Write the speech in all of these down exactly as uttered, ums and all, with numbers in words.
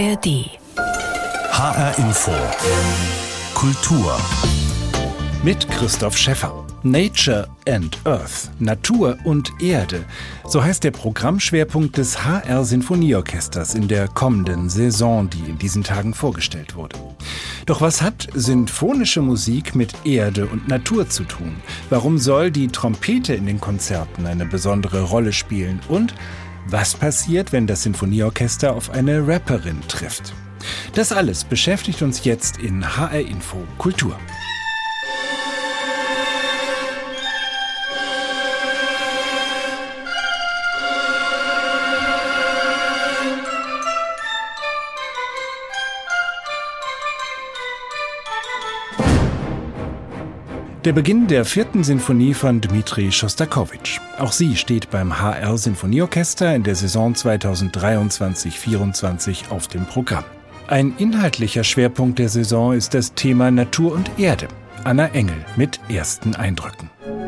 R D. H R Info. Kultur. Mit Christoph Schäffer. Nature and Earth, Natur und Erde. So heißt der Programmschwerpunkt des H R-Sinfonieorchesters in der kommenden Saison, die in diesen Tagen vorgestellt wurde. Doch was hat sinfonische Musik mit Erde und Natur zu tun? Warum soll die Trompete in den Konzerten eine besondere Rolle spielen? Und was passiert, wenn das Sinfonieorchester auf eine Rapperin trifft? Das alles beschäftigt uns jetzt in H R-Info Kultur. Der Beginn der vierten Sinfonie von Dmitri Schostakowitsch. Auch sie steht beim H R-Sinfonieorchester in der Saison zweitausenddreiundzwanzig vierundzwanzig auf dem Programm. Ein inhaltlicher Schwerpunkt der Saison ist das Thema Natur und Erde. Anna Engel mit ersten Eindrücken.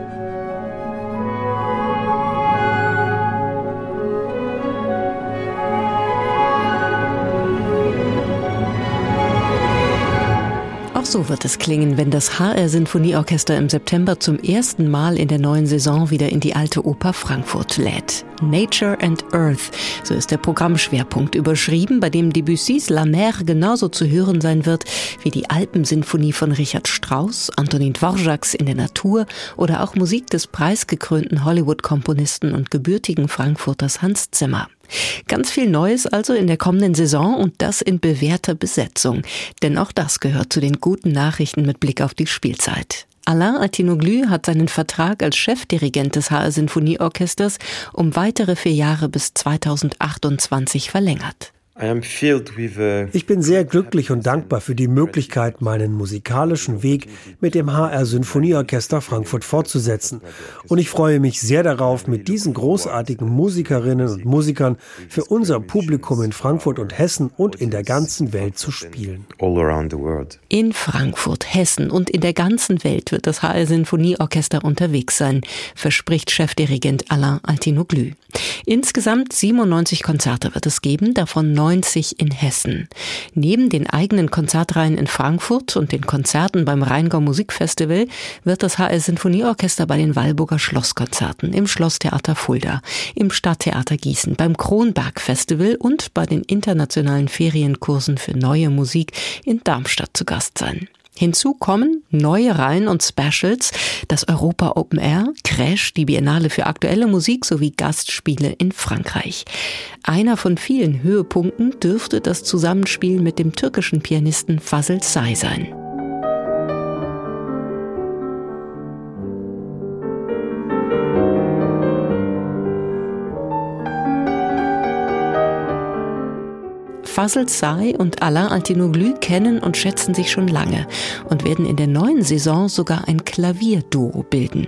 So wird es klingen, wenn das H R-Sinfonieorchester im September zum ersten Mal in der neuen Saison wieder in die Alte Oper Frankfurt lädt. Nature and Earth, so ist der Programmschwerpunkt überschrieben, bei dem Debussys La Mer genauso zu hören sein wird wie die Alpensinfonie von Richard Strauss, Antonin Dvořáks in der Natur oder auch Musik des preisgekrönten Hollywood-Komponisten und gebürtigen Frankfurters Hans Zimmer. Ganz viel Neues also in der kommenden Saison und das in bewährter Besetzung. Denn auch das gehört zu den guten Nachrichten mit Blick auf die Spielzeit. Alain Altinoglu hat seinen Vertrag als Chefdirigent des H R-Sinfonieorchesters um weitere vier Jahre bis zweitausendachtundzwanzig verlängert. Ich bin sehr glücklich und dankbar für die Möglichkeit, meinen musikalischen Weg mit dem H R-Sinfonieorchester Frankfurt fortzusetzen. Und ich freue mich sehr darauf, mit diesen großartigen Musikerinnen und Musikern für unser Publikum in Frankfurt und Hessen und in der ganzen Welt zu spielen. In Frankfurt, Hessen und in der ganzen Welt wird das H R-Sinfonieorchester unterwegs sein, verspricht Chefdirigent Alain Altinoglu. Insgesamt siebenundneunzig Konzerte wird es geben, davon neunzig in Hessen. Neben den eigenen Konzertreihen in Frankfurt und den Konzerten beim Rheingau Musikfestival wird das H R-Sinfonieorchester bei den Walburger Schlosskonzerten, im Schlosstheater Fulda, im Stadttheater Gießen, beim Kronberg Festival und bei den internationalen Ferienkursen für neue Musik in Darmstadt zu Gast sein. Hinzu kommen neue Reihen und Specials, das Europa Open Air, Crash, die Biennale für aktuelle Musik sowie Gastspiele in Frankreich. Einer von vielen Höhepunkten dürfte das Zusammenspiel mit dem türkischen Pianisten Fazıl Say sein. Fazıl Say und Alain Altinoglu kennen und schätzen sich schon lange und werden in der neuen Saison sogar ein Klavierduo bilden.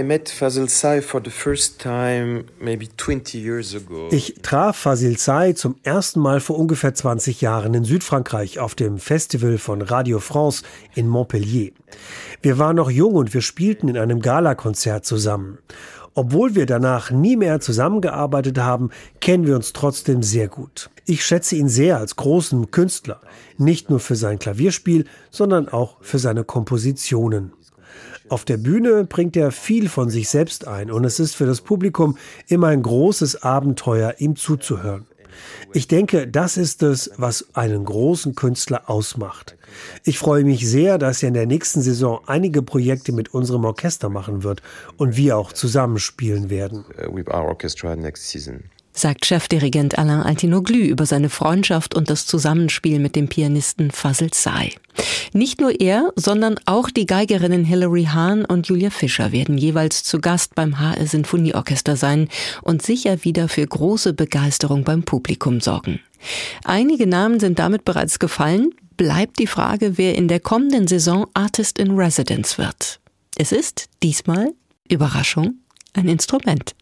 Ich traf Fazıl Say zum ersten Mal vor ungefähr zwanzig Jahren in Südfrankreich auf dem Festival von Radio France in Montpellier. Wir waren noch jung und wir spielten in einem Galakonzert zusammen. Obwohl wir danach nie mehr zusammengearbeitet haben, kennen wir uns trotzdem sehr gut. Ich schätze ihn sehr als großen Künstler, nicht nur für sein Klavierspiel, sondern auch für seine Kompositionen. Auf der Bühne bringt er viel von sich selbst ein und es ist für das Publikum immer ein großes Abenteuer, ihm zuzuhören. Ich denke, das ist es, was einen großen Künstler ausmacht. Ich freue mich sehr, dass er in der nächsten Saison einige Projekte mit unserem Orchester machen wird und wir auch zusammenspielen werden. Sagt Chefdirigent Alain Altinoglu über seine Freundschaft und das Zusammenspiel mit dem Pianisten Fazıl Say. Nicht nur er, sondern auch die Geigerinnen Hilary Hahn und Julia Fischer werden jeweils zu Gast beim H R-Sinfonieorchester sein und sicher wieder für große Begeisterung beim Publikum sorgen. Einige Namen sind damit bereits gefallen. Bleibt die Frage, wer in der kommenden Saison Artist in Residence wird. Es ist diesmal, Überraschung, ein Instrument.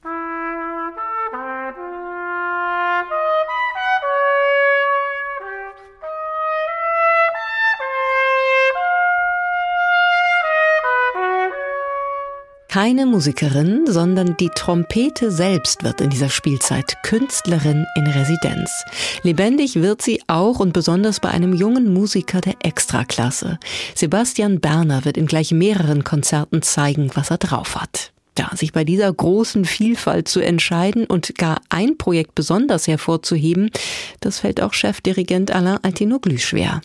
Keine Musikerin, sondern die Trompete selbst wird in dieser Spielzeit Künstlerin in Residenz. Lebendig wird sie auch und besonders bei einem jungen Musiker der Extraklasse. Sebastian Berner wird in gleich mehreren Konzerten zeigen, was er drauf hat. Ja, sich bei dieser großen Vielfalt zu entscheiden und gar ein Projekt besonders hervorzuheben, das fällt auch Chefdirigent Alain Altinoglu schwer.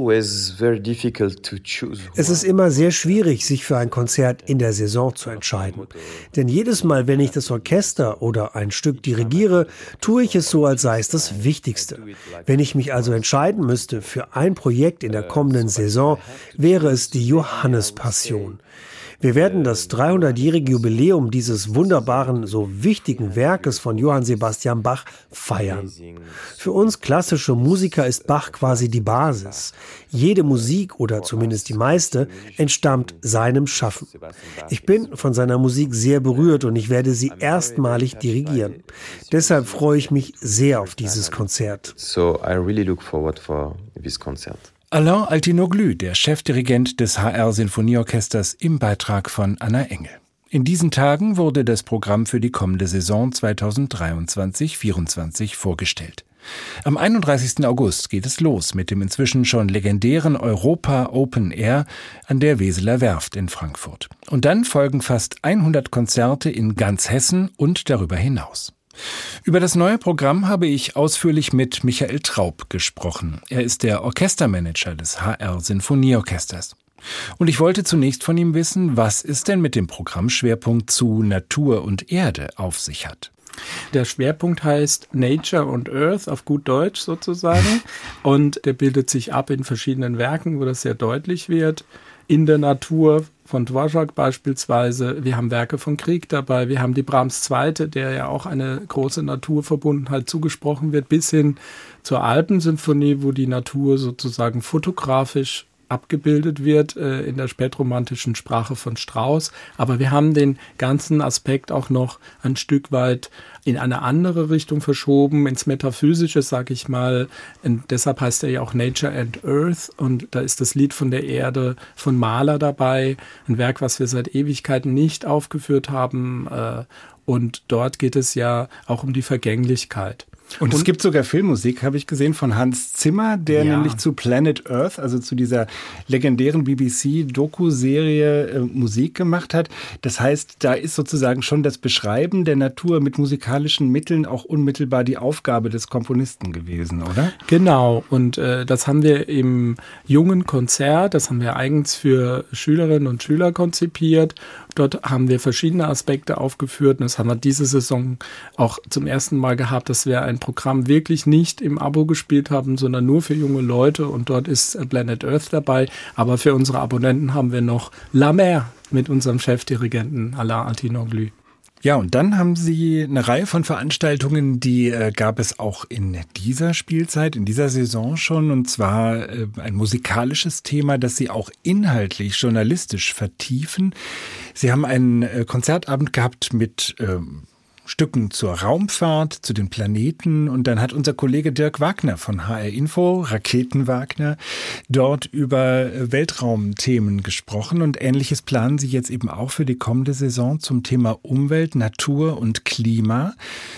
Es ist immer sehr schwierig, sich für ein Konzert in der Saison zu entscheiden. Denn jedes Mal, wenn ich das Orchester oder ein Stück dirigiere, tue ich es so, als sei es das Wichtigste. Wenn ich mich also entscheiden müsste für ein Projekt in der kommenden Saison, wäre es die Johannespassion. Wir werden das dreihundertjährige Jubiläum dieses wunderbaren, so wichtigen Werkes von Johann Sebastian Bach feiern. Für uns klassische Musiker ist Bach quasi die Basis. Jede Musik, oder zumindest die meiste, entstammt seinem Schaffen. Ich bin von seiner Musik sehr berührt und ich werde sie erstmalig dirigieren. Deshalb freue ich mich sehr auf dieses Konzert. So I really look forward for this concert. Alain Altinoglu, der Chefdirigent des H R-Sinfonieorchesters, im Beitrag von Anna Engel. In diesen Tagen wurde das Programm für die kommende Saison zweitausenddreiundzwanzig vierundzwanzig vorgestellt. Am einunddreißigsten August geht es los mit dem inzwischen schon legendären Europa Open Air an der Weseler Werft in Frankfurt. Und dann folgen fast hundert Konzerte in ganz Hessen und darüber hinaus. Über das neue Programm habe ich ausführlich mit Michael Traub gesprochen. Er ist der Orchestermanager des H R-Sinfonieorchesters. Und ich wollte zunächst von ihm wissen, was es denn mit dem Programmschwerpunkt zu Natur und Erde auf sich hat. Der Schwerpunkt heißt Nature und Earth, auf gut Deutsch sozusagen. Und der bildet sich ab in verschiedenen Werken, wo das sehr deutlich wird. In der Natur von Dvorak beispielsweise. Wir haben Werke von Grieg dabei. Wir haben die Brahms Zweite, der ja auch eine große Naturverbundenheit zugesprochen wird, bis hin zur Alpensymphonie, wo die Natur sozusagen fotografisch abgebildet wird äh, in der spätromantischen Sprache von Strauss. Aber wir haben den ganzen Aspekt auch noch ein Stück weit in eine andere Richtung verschoben, ins Metaphysische, sag ich mal. Und deshalb heißt er ja auch Nature and Earth. Und da ist das Lied von der Erde von Mahler dabei. Ein Werk, was wir seit Ewigkeiten nicht aufgeführt haben. Äh, und dort geht es ja auch um die Vergänglichkeit. Und, und es gibt sogar Filmmusik, habe ich gesehen, von Hans Zimmer, der ja. nämlich zu Planet Earth, also zu dieser legendären B B C-Doku-Serie äh, Musik gemacht hat. Das heißt, da ist sozusagen schon das Beschreiben der Natur mit musikalischen Mitteln auch unmittelbar die Aufgabe des Komponisten gewesen, oder? Genau, und äh, das haben wir im jungen Konzert, das haben wir eigens für Schülerinnen und Schüler konzipiert. Dort haben wir verschiedene Aspekte aufgeführt und das haben wir diese Saison auch zum ersten Mal gehabt, dass wir ein Programm wirklich nicht im Abo gespielt haben, sondern nur für junge Leute und dort ist Planet Earth dabei. Aber für unsere Abonnenten haben wir noch La Mer mit unserem Chefdirigenten Alain Altinoglu. Ja, und dann haben Sie eine Reihe von Veranstaltungen, die äh, gab es auch in dieser Spielzeit, in dieser Saison schon, und zwar äh, ein musikalisches Thema, das Sie auch inhaltlich, journalistisch vertiefen. Sie haben einen äh, Konzertabend gehabt mit äh, Stücken zur Raumfahrt, zu den Planeten, und dann hat unser Kollege Dirk Wagner von H R Info, Raketen-Wagner, dort über Weltraumthemen gesprochen, und Ähnliches planen Sie jetzt eben auch für die kommende Saison zum Thema Umwelt, Natur und Klima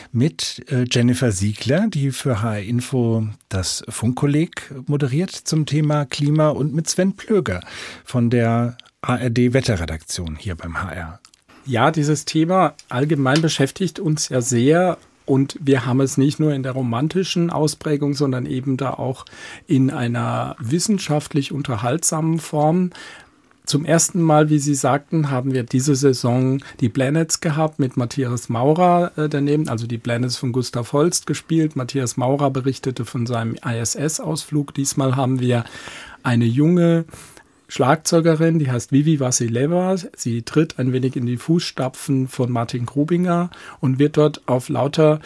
mit Jennifer Siegler, die für H R Info das Funkkolleg moderiert zum Thema Klima, und mit Sven Plöger von der A R D-Wetterredaktion hier beim H R. Ja, dieses Thema allgemein beschäftigt uns ja sehr und wir haben es nicht nur in der romantischen Ausprägung, sondern eben da auch in einer wissenschaftlich unterhaltsamen Form. Zum ersten Mal, wie Sie sagten, haben wir diese Saison die Planets gehabt mit Matthias Maurer äh, daneben, also die Planets von Gustav Holst gespielt. Matthias Maurer berichtete von seinem I S S-Ausflug. Diesmal haben wir eine junge Schlagzeugerin, die heißt Vivi Vassileva. Sie tritt ein wenig in die Fußstapfen von Martin Grubinger und wird dort auf lauter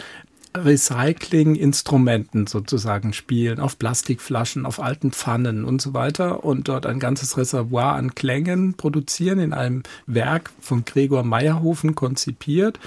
Recycling-Instrumenten sozusagen spielen, auf Plastikflaschen, auf alten Pfannen und so weiter und dort ein ganzes Reservoir an Klängen produzieren, in einem Werk von Gregor Meyerhofen konzipiert.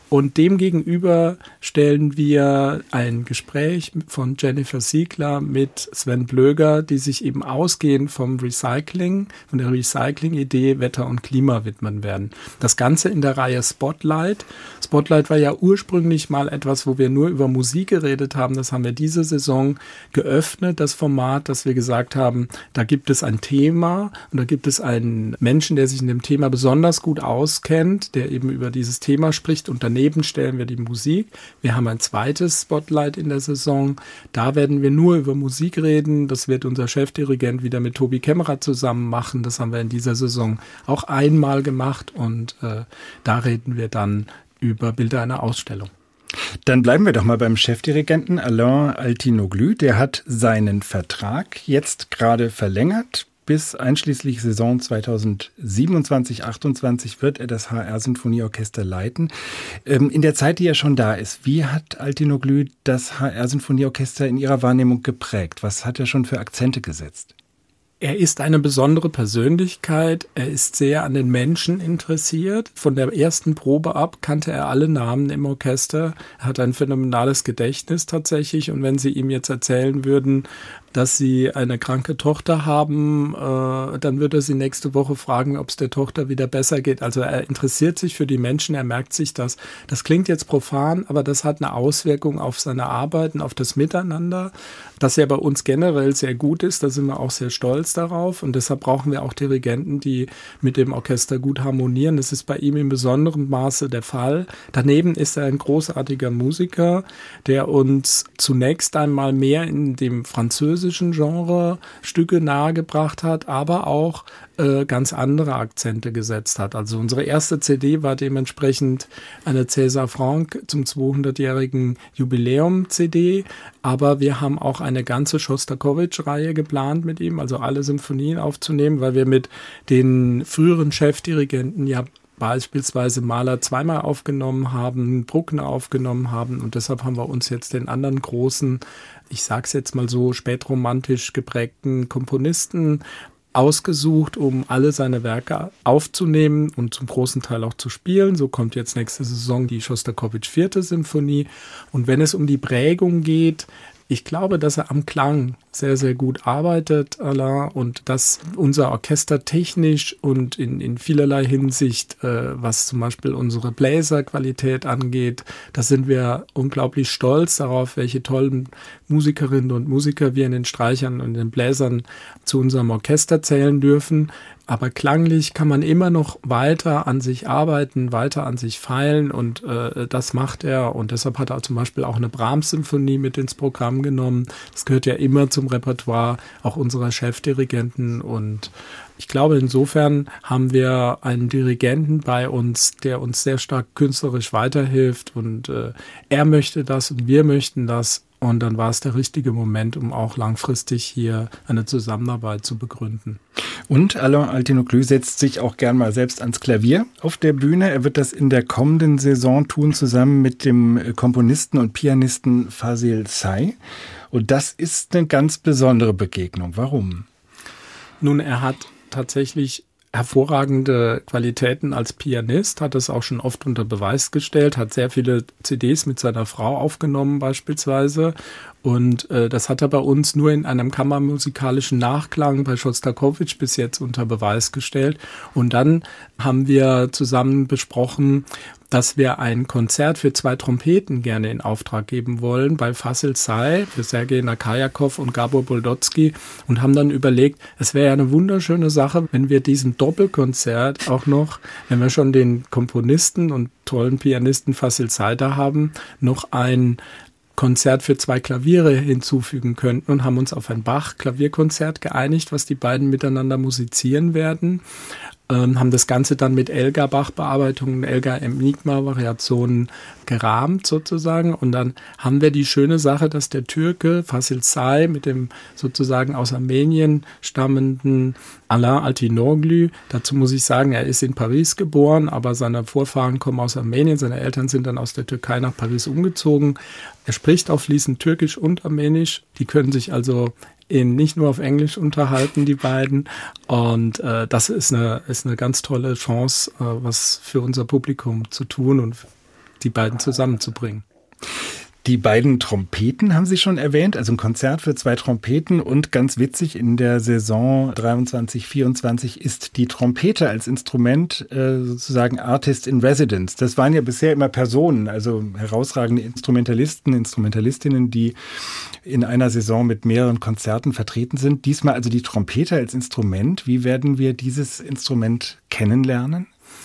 Und demgegenüber stellen wir ein Gespräch von Jennifer Siegler mit Sven Blöger, die sich eben ausgehend vom Recycling, von der Recycling-Idee Wetter und Klima widmen werden. Das Ganze in der Reihe Spotlight. Spotlight war ja ursprünglich mal etwas, wo wir nur über Musik geredet haben. Das haben wir diese Saison geöffnet, das Format, dass wir gesagt haben, da gibt es ein Thema und da gibt es einen Menschen, der sich in dem Thema besonders gut auskennt, der eben über dieses Thema spricht und daneben stellen wir die Musik. Wir haben ein zweites Spotlight in der Saison. Da werden wir nur über Musik reden. Das wird unser Chefdirigent wieder mit Tobi Kämmerer zusammen machen. Das haben wir in dieser Saison auch einmal gemacht und äh, da reden wir dann über Bilder einer Ausstellung. Dann bleiben wir doch mal beim Chefdirigenten Alain Altinoglu. Der hat seinen Vertrag jetzt gerade verlängert. Bis einschließlich Saison zweitausendsiebenundzwanzig achtundzwanzig wird er das H R-Sinfonieorchester leiten. In der Zeit, die er schon da ist, wie hat Altinoglu das H R-Sinfonieorchester in Ihrer Wahrnehmung geprägt? Was hat er schon für Akzente gesetzt? Er ist eine besondere Persönlichkeit. Er ist sehr an den Menschen interessiert. Von der ersten Probe ab kannte er alle Namen im Orchester. Er hat ein phänomenales Gedächtnis tatsächlich. Und wenn Sie ihm jetzt erzählen würden, dass Sie eine kranke Tochter haben, äh, dann würde er Sie nächste Woche fragen, ob es der Tochter wieder besser geht. Also er interessiert sich für die Menschen, er merkt sich das. Das klingt jetzt profan, aber das hat eine Auswirkung auf seine Arbeit und auf das Miteinander, das ja bei uns generell sehr gut ist. Da sind wir auch sehr stolz darauf und deshalb brauchen wir auch Dirigenten, die mit dem Orchester gut harmonieren. Das ist bei ihm in besonderem Maße der Fall. Daneben ist er ein großartiger Musiker, der uns zunächst einmal mehr in dem französischen Genre Stücke nahegebracht hat, aber auch äh, ganz andere Akzente gesetzt hat. Also unsere erste C D war dementsprechend eine César Franck zum zweihundertjährigen Jubiläum-C D, aber wir haben auch eine ganze Schostakowitsch-Reihe geplant mit ihm, also alle Symphonien aufzunehmen, weil wir mit den früheren Chefdirigenten ja beispielsweise Mahler zweimal aufgenommen haben, Bruckner aufgenommen haben und deshalb haben wir uns jetzt den anderen großen, ich sag's jetzt mal so, spätromantisch geprägten Komponisten ausgesucht, um alle seine Werke aufzunehmen und zum großen Teil auch zu spielen. So kommt jetzt nächste Saison die Schostakowitsch vierte Symphonie und wenn es um die Prägung geht, ich glaube, dass er am Klang sehr, sehr gut arbeitet, Alain, und dass unser Orchester technisch und in, in vielerlei Hinsicht, äh, was zum Beispiel unsere Bläserqualität angeht, da sind wir unglaublich stolz darauf, welche tollen Musikerinnen und Musiker wir in den Streichern und den Bläsern zu unserem Orchester zählen dürfen. Aber klanglich kann man immer noch weiter an sich arbeiten, weiter an sich feilen und äh, das macht er. Und deshalb hat er zum Beispiel auch eine Brahms-Symphonie mit ins Programm genommen. Das gehört ja immer zum Repertoire auch unserer Chefdirigenten. Und ich glaube, insofern haben wir einen Dirigenten bei uns, der uns sehr stark künstlerisch weiterhilft. Und äh, er möchte das und wir möchten das. Und dann war es der richtige Moment, um auch langfristig hier eine Zusammenarbeit zu begründen. Und Alain Altinoglu setzt sich auch gern mal selbst ans Klavier auf der Bühne. Er wird das in der kommenden Saison tun, zusammen mit dem Komponisten und Pianisten Fazil Say. Und das ist eine ganz besondere Begegnung. Warum? Nun, er hat tatsächlich hervorragende Qualitäten als Pianist, hat es auch schon oft unter Beweis gestellt, hat sehr viele C Ds mit seiner Frau aufgenommen beispielsweise und äh, das hat er bei uns nur in einem kammermusikalischen Nachklang bei Schostakowitsch bis jetzt unter Beweis gestellt und dann haben wir zusammen besprochen, dass wir ein Konzert für zwei Trompeten gerne in Auftrag geben wollen bei Fazil Say für Sergei Nakajakow und Gabor Boldotsky und haben dann überlegt, es wäre ja eine wunderschöne Sache, wenn wir diesen Doppelkonzert auch noch, wenn wir schon den Komponisten und tollen Pianisten Fazil Say da haben, noch ein Konzert für zwei Klaviere hinzufügen könnten und haben uns auf ein Bach-Klavierkonzert geeinigt, was die beiden miteinander musizieren werden. Ähm, haben das Ganze dann mit Elgar-Bach-Bearbeitungen, Elgar-Enigma-Variationen gerahmt sozusagen und dann haben wir die schöne Sache, dass der Türke Fazil Say mit dem sozusagen aus Armenien stammenden Alain Altinoglu, dazu muss ich sagen, er ist in Paris geboren, aber seine Vorfahren kommen aus Armenien, seine Eltern sind dann aus der Türkei nach Paris umgezogen. Er spricht auch fließend Türkisch und Armenisch, die können sich also in nicht nur auf Englisch unterhalten, die beiden. Und äh, das ist eine, ist eine ganz tolle Chance, äh, was für unser Publikum zu tun. Und die beiden zusammenzubringen. Die beiden Trompeten haben Sie schon erwähnt, also ein Konzert für zwei Trompeten und ganz witzig, in der Saison dreiundzwanzig vierundzwanzig ist die Trompete als Instrument äh, sozusagen Artist in Residence. Das waren ja bisher immer Personen, also herausragende Instrumentalisten, Instrumentalistinnen, die in einer Saison mit mehreren Konzerten vertreten sind. Diesmal also die Trompete als Instrument. Wie werden wir dieses Instrument kennenlernen?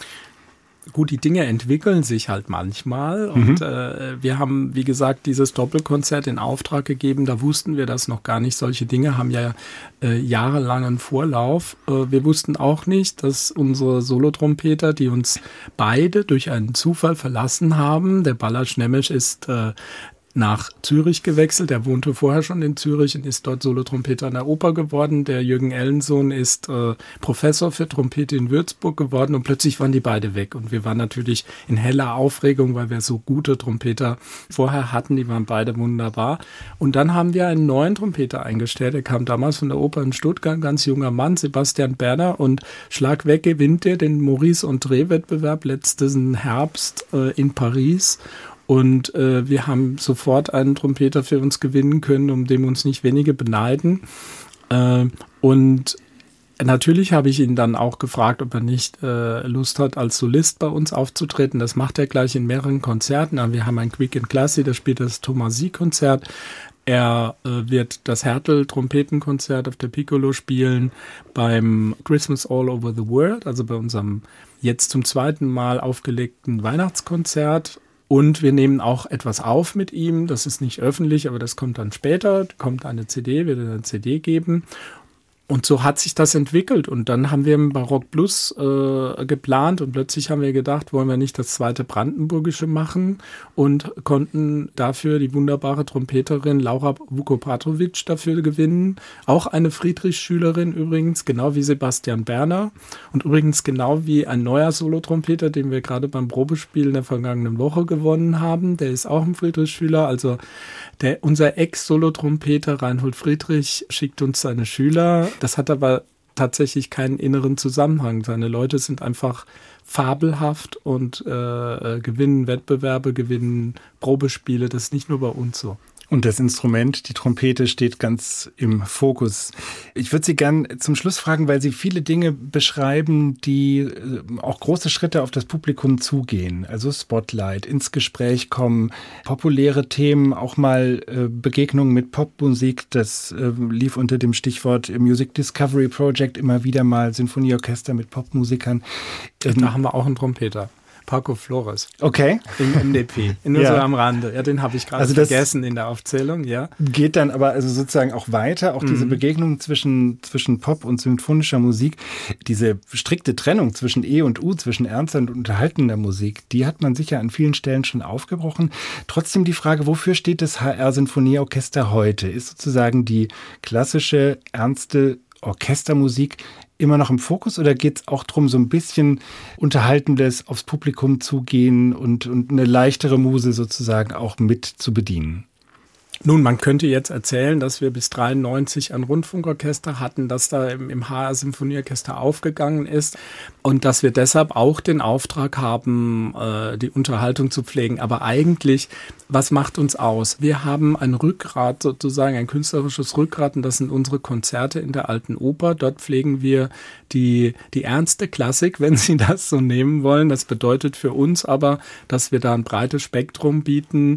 Gut, die Dinge entwickeln sich halt manchmal und mhm. äh, wir haben, wie gesagt, dieses Doppelkonzert in Auftrag gegeben, da wussten wir das noch gar nicht. Solche Dinge haben ja äh, jahrelangen Vorlauf. Äh, wir wussten auch nicht, dass unsere Solotrompeter, die uns beide durch einen Zufall verlassen haben, der Balázs Nemes ist äh, nach Zürich gewechselt. Er wohnte vorher schon in Zürich und ist dort Solotrompeter an der Oper geworden. Der Jürgen Ellensohn ist äh, Professor für Trompete in Würzburg geworden und plötzlich waren die beide weg. Und wir waren natürlich in heller Aufregung, weil wir so gute Trompeter vorher hatten. Die waren beide wunderbar. Und dann haben wir einen neuen Trompeter eingestellt. Er kam damals von der Oper in Stuttgart, ein ganz junger Mann, Sebastian Berner. Und schlagweg gewinnt er den Maurice-André-Wettbewerb letzten Herbst äh, in Paris. Und äh, wir haben sofort einen Trompeter für uns gewinnen können, um den uns nicht wenige beneiden. Äh, und natürlich habe ich ihn dann auch gefragt, ob er nicht äh, Lust hat, als Solist bei uns aufzutreten. Das macht er gleich in mehreren Konzerten. Aber wir haben ein Quick and Classy, da spielt das Thomasy-Konzert. Er äh, wird das Hertel-Trompetenkonzert auf der Piccolo spielen beim Christmas All Over the World, also bei unserem jetzt zum zweiten Mal aufgelegten Weihnachtskonzert. Und wir nehmen auch etwas auf mit ihm. Das ist nicht öffentlich, aber das kommt dann später. Kommt eine C D, wird eine C D geben. Und so hat sich das entwickelt. Und dann haben wir im Barock Plus äh, geplant und plötzlich haben wir gedacht, wollen wir nicht das zweite Brandenburgische machen und konnten dafür die wunderbare Trompeterin Laura Vukopatrovic dafür gewinnen. Auch eine Friedrich-Schülerin übrigens, genau wie Sebastian Berner. Und übrigens genau wie ein neuer Solotrompeter, den wir gerade beim Probespiel in der vergangenen Woche gewonnen haben. Der ist auch ein Friedrich-Schüler. Also der, unser Ex-Solotrompeter Reinhold Friedrich schickt uns seine Schüler. Das hat aber tatsächlich keinen inneren Zusammenhang. Seine Leute sind einfach fabelhaft und äh, gewinnen Wettbewerbe, gewinnen Probespiele. Das ist nicht nur bei uns so. Und das Instrument, die Trompete, steht ganz im Fokus. Ich würde Sie gern zum Schluss fragen, weil Sie viele Dinge beschreiben, die auch große Schritte auf das Publikum zugehen. Also Spotlight, ins Gespräch kommen, populäre Themen, auch mal äh, Begegnungen mit Popmusik. Das äh, lief unter dem Stichwort Music Discovery Project immer wieder mal, Sinfonieorchester mit Popmusikern. Ähm, da haben wir auch einen Trompeter. Paco Flores. Okay. Im M D P. Nur ja. so am Rande. Ja, den habe ich gerade also vergessen in der Aufzählung, ja. Geht dann aber also sozusagen auch weiter, auch mhm. diese Begegnung zwischen, zwischen Pop und symphonischer Musik, diese strikte Trennung zwischen E und U, zwischen ernster und unterhaltender Musik, die hat man sicher an vielen Stellen schon aufgebrochen. Trotzdem die Frage, wofür steht das H R-Sinfonieorchester heute? Ist sozusagen die klassische, ernste Orchestermusik immer noch im Fokus oder geht es auch darum, so ein bisschen Unterhaltendes aufs Publikum zugehen und, und eine leichtere Muse sozusagen auch mit zu bedienen? Nun, man könnte jetzt erzählen, dass wir bis dreiundneunzig ein Rundfunkorchester hatten, das da im, im H R-Sinfonieorchester aufgegangen ist und dass wir deshalb auch den Auftrag haben, äh, die Unterhaltung zu pflegen. Aber eigentlich, was macht uns aus? Wir haben ein Rückgrat sozusagen, ein künstlerisches Rückgrat und das sind unsere Konzerte in der Alten Oper. Dort pflegen wir die, die ernste Klassik, wenn Sie das so nehmen wollen. Das bedeutet für uns aber, dass wir da ein breites Spektrum bieten,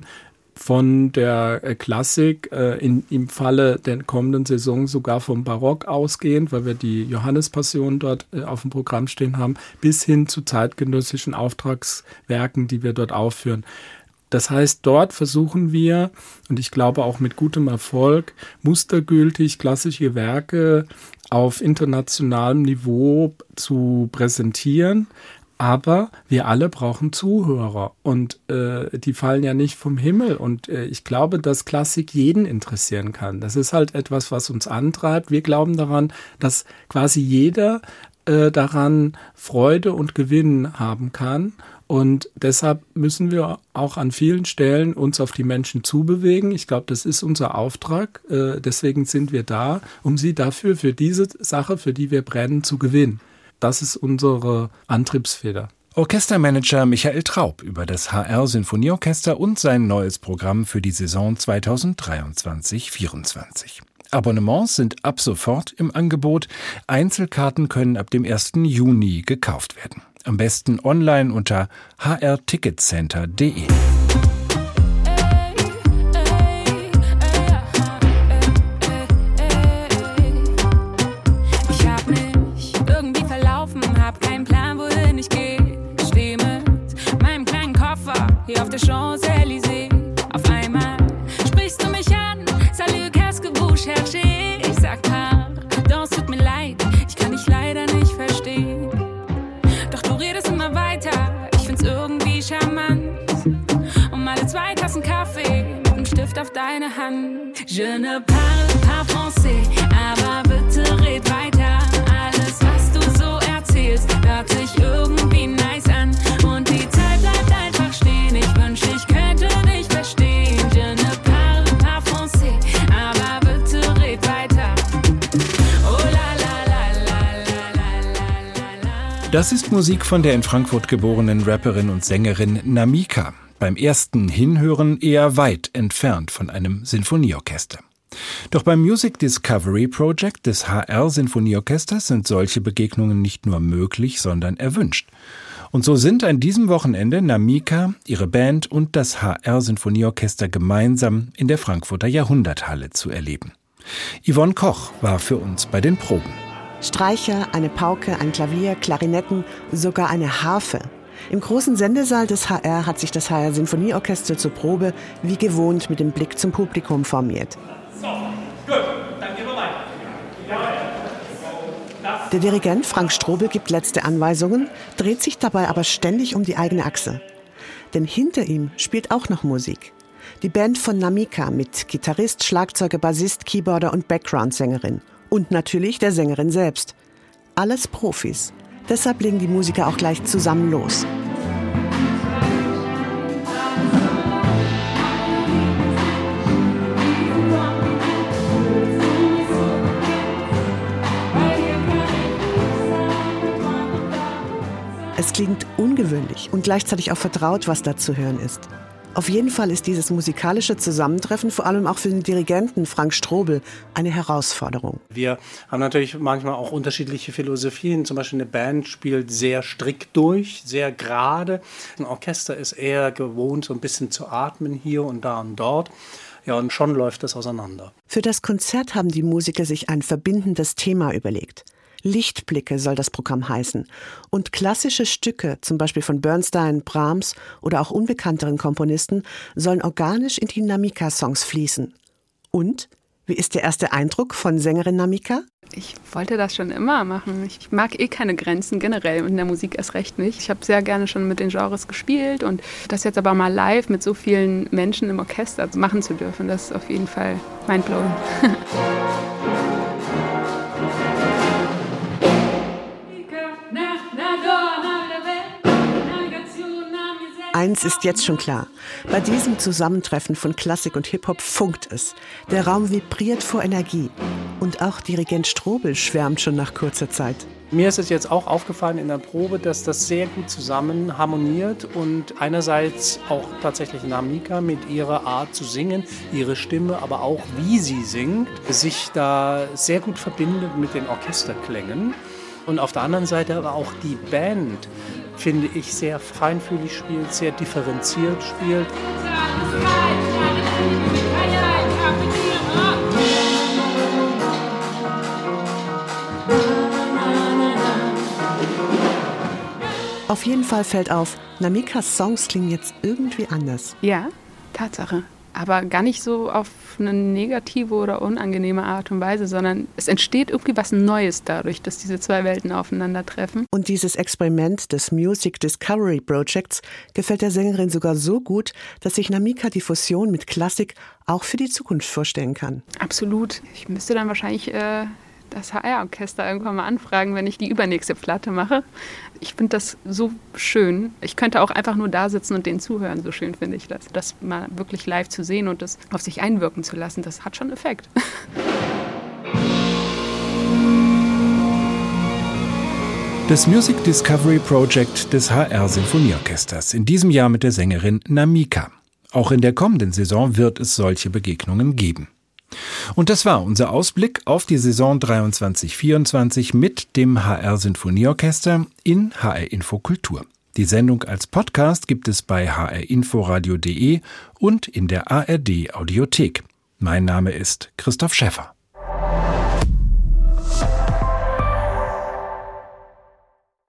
von der Klassik, äh, in, im Falle der kommenden Saison sogar vom Barock ausgehend, weil wir die Johannespassion dort äh, auf dem Programm stehen haben, bis hin zu zeitgenössischen Auftragswerken, die wir dort aufführen. Das heißt, dort versuchen wir, und ich glaube auch mit gutem Erfolg, mustergültig klassische Werke auf internationalem Niveau zu präsentieren. Aber wir alle brauchen Zuhörer und äh, die fallen ja nicht vom Himmel und äh, ich glaube, dass Klassik jeden interessieren kann. Das ist halt etwas, was uns antreibt. Wir glauben daran, dass quasi jeder äh, daran Freude und Gewinn haben kann und deshalb müssen wir auch an vielen Stellen uns auf die Menschen zubewegen. Ich glaube, das ist unser Auftrag. Äh, deswegen sind wir da, um sie dafür, für diese Sache, für die wir brennen, zu gewinnen. Das ist unsere Antriebsfeder. Orchestermanager Michael Traub über das H R-Sinfonieorchester und sein neues Programm für die Saison zweitausenddreiundzwanzig vierundzwanzig. Abonnements sind ab sofort im Angebot. Einzelkarten können ab dem ersten Juni gekauft werden. Am besten online unter h r ticketcenter punkt d e. Ich hab mich irgendwie verlaufen, hab keinen Plan, wohin ich gehe. Steh mit meinem kleinen Koffer hier auf der Champs-Élysées. Auf einmal sprichst du mich an, salut, qu'est-ce que vous cherchez? Ich sag, pardon, es tut mir leid, ich kann dich leider nicht verstehen. Doch du redest immer weiter, ich find's irgendwie charmant. Um alle zwei Tassen Kaffee mit einem Stift auf deine Hand. Je ne parle pas français, aber bitte red weiter. Alles, was du so erzählst, hört sich irgendwie nice an. Und die Zeit bleibt einfach stehen, ich wünschte, ich könnte dich verstehen. Je ne parle pas français, aber bitte red weiter. Oh la la la la la la la la. Das ist Musik von der in Frankfurt geborenen Rapperin und Sängerin Namika. Beim ersten Hinhören eher weit entfernt von einem Sinfonieorchester. Doch beim Music Discovery Project des H R-Sinfonieorchesters sind solche Begegnungen nicht nur möglich, sondern erwünscht. Und so sind an diesem Wochenende Namika, ihre Band und das H R-Sinfonieorchester gemeinsam in der Frankfurter Jahrhunderthalle zu erleben. Yvonne Koch war für uns bei den Proben. Streicher, eine Pauke, ein Klavier, Klarinetten, sogar eine Harfe. Im großen Sendesaal des H R hat sich das H R-Sinfonieorchester zur Probe wie gewohnt mit dem Blick zum Publikum formiert. So, gut, dann gehen wir weiter. Der Dirigent Frank Strobel gibt letzte Anweisungen, dreht sich dabei aber ständig um die eigene Achse. Denn hinter ihm spielt auch noch Musik. Die Band von Namika mit Gitarrist, Schlagzeuger, Bassist, Keyboarder und Background-Sängerin. Und natürlich der Sängerin selbst. Alles Profis. Deshalb legen die Musiker auch gleich zusammen los. Es klingt ungewöhnlich und gleichzeitig auch vertraut, was da zu hören ist. Auf jeden Fall ist dieses musikalische Zusammentreffen vor allem auch für den Dirigenten Frank Strobel eine Herausforderung. Wir haben natürlich manchmal auch unterschiedliche Philosophien. Zum Beispiel eine Band spielt sehr strikt durch, sehr gerade. Ein Orchester ist eher gewohnt, so ein bisschen zu atmen hier und da und dort. Ja, und schon läuft das auseinander. Für das Konzert haben die Musiker sich ein verbindendes Thema überlegt. Lichtblicke soll das Programm heißen. Und klassische Stücke, zum Beispiel von Bernstein, Brahms oder auch unbekannteren Komponisten, sollen organisch in die Namika-Songs fließen. Und, wie ist der erste Eindruck von Sängerin Namika? Ich wollte das schon immer machen. Ich mag eh keine Grenzen generell und in der Musik erst recht nicht. Ich habe sehr gerne schon mit den Genres gespielt und das jetzt aber mal live mit so vielen Menschen im Orchester machen zu dürfen, das ist auf jeden Fall mindblowing. Eins ist jetzt schon klar. Bei diesem Zusammentreffen von Klassik und Hip-Hop funkt es. Der Raum vibriert vor Energie. Und auch Dirigent Strobel schwärmt schon nach kurzer Zeit. Mir ist es jetzt auch aufgefallen in der Probe, dass das sehr gut zusammen harmoniert und einerseits auch tatsächlich Namika mit ihrer Art zu singen, ihre Stimme, aber auch wie sie singt, sich da sehr gut verbindet mit den Orchesterklängen. Und auf der anderen Seite aber auch die Band, finde ich, sehr feinfühlig spielt, sehr differenziert spielt. Auf jeden Fall fällt auf, Namikas Songs klingen jetzt irgendwie anders. Ja, Tatsache. Aber gar nicht so auf eine negative oder unangenehme Art und Weise, sondern es entsteht irgendwie was Neues dadurch, dass diese zwei Welten aufeinandertreffen. Und dieses Experiment des Music Discovery Projects gefällt der Sängerin sogar so gut, dass sich Namika die Fusion mit Klassik auch für die Zukunft vorstellen kann. Absolut. Ich müsste dann wahrscheinlich äh, das H R-Orchester irgendwann mal anfragen, wenn ich die übernächste Platte mache. Ich finde das so schön. Ich könnte auch einfach nur da sitzen und denen zuhören. So schön finde ich das. Das mal wirklich live zu sehen und das auf sich einwirken zu lassen, das hat schon Effekt. Das Music Discovery Project des H R Sinfonieorchesters, in diesem Jahr mit der Sängerin Namika. Auch in der kommenden Saison wird es solche Begegnungen geben. Und das war unser Ausblick auf die Saison dreiundzwanzig vierundzwanzig mit dem H R Sinfonieorchester in H R Info Kultur. Die Sendung als Podcast gibt es bei h r inforadio punkt de und in der A R D Audiothek. Mein Name ist Christoph Schäffer.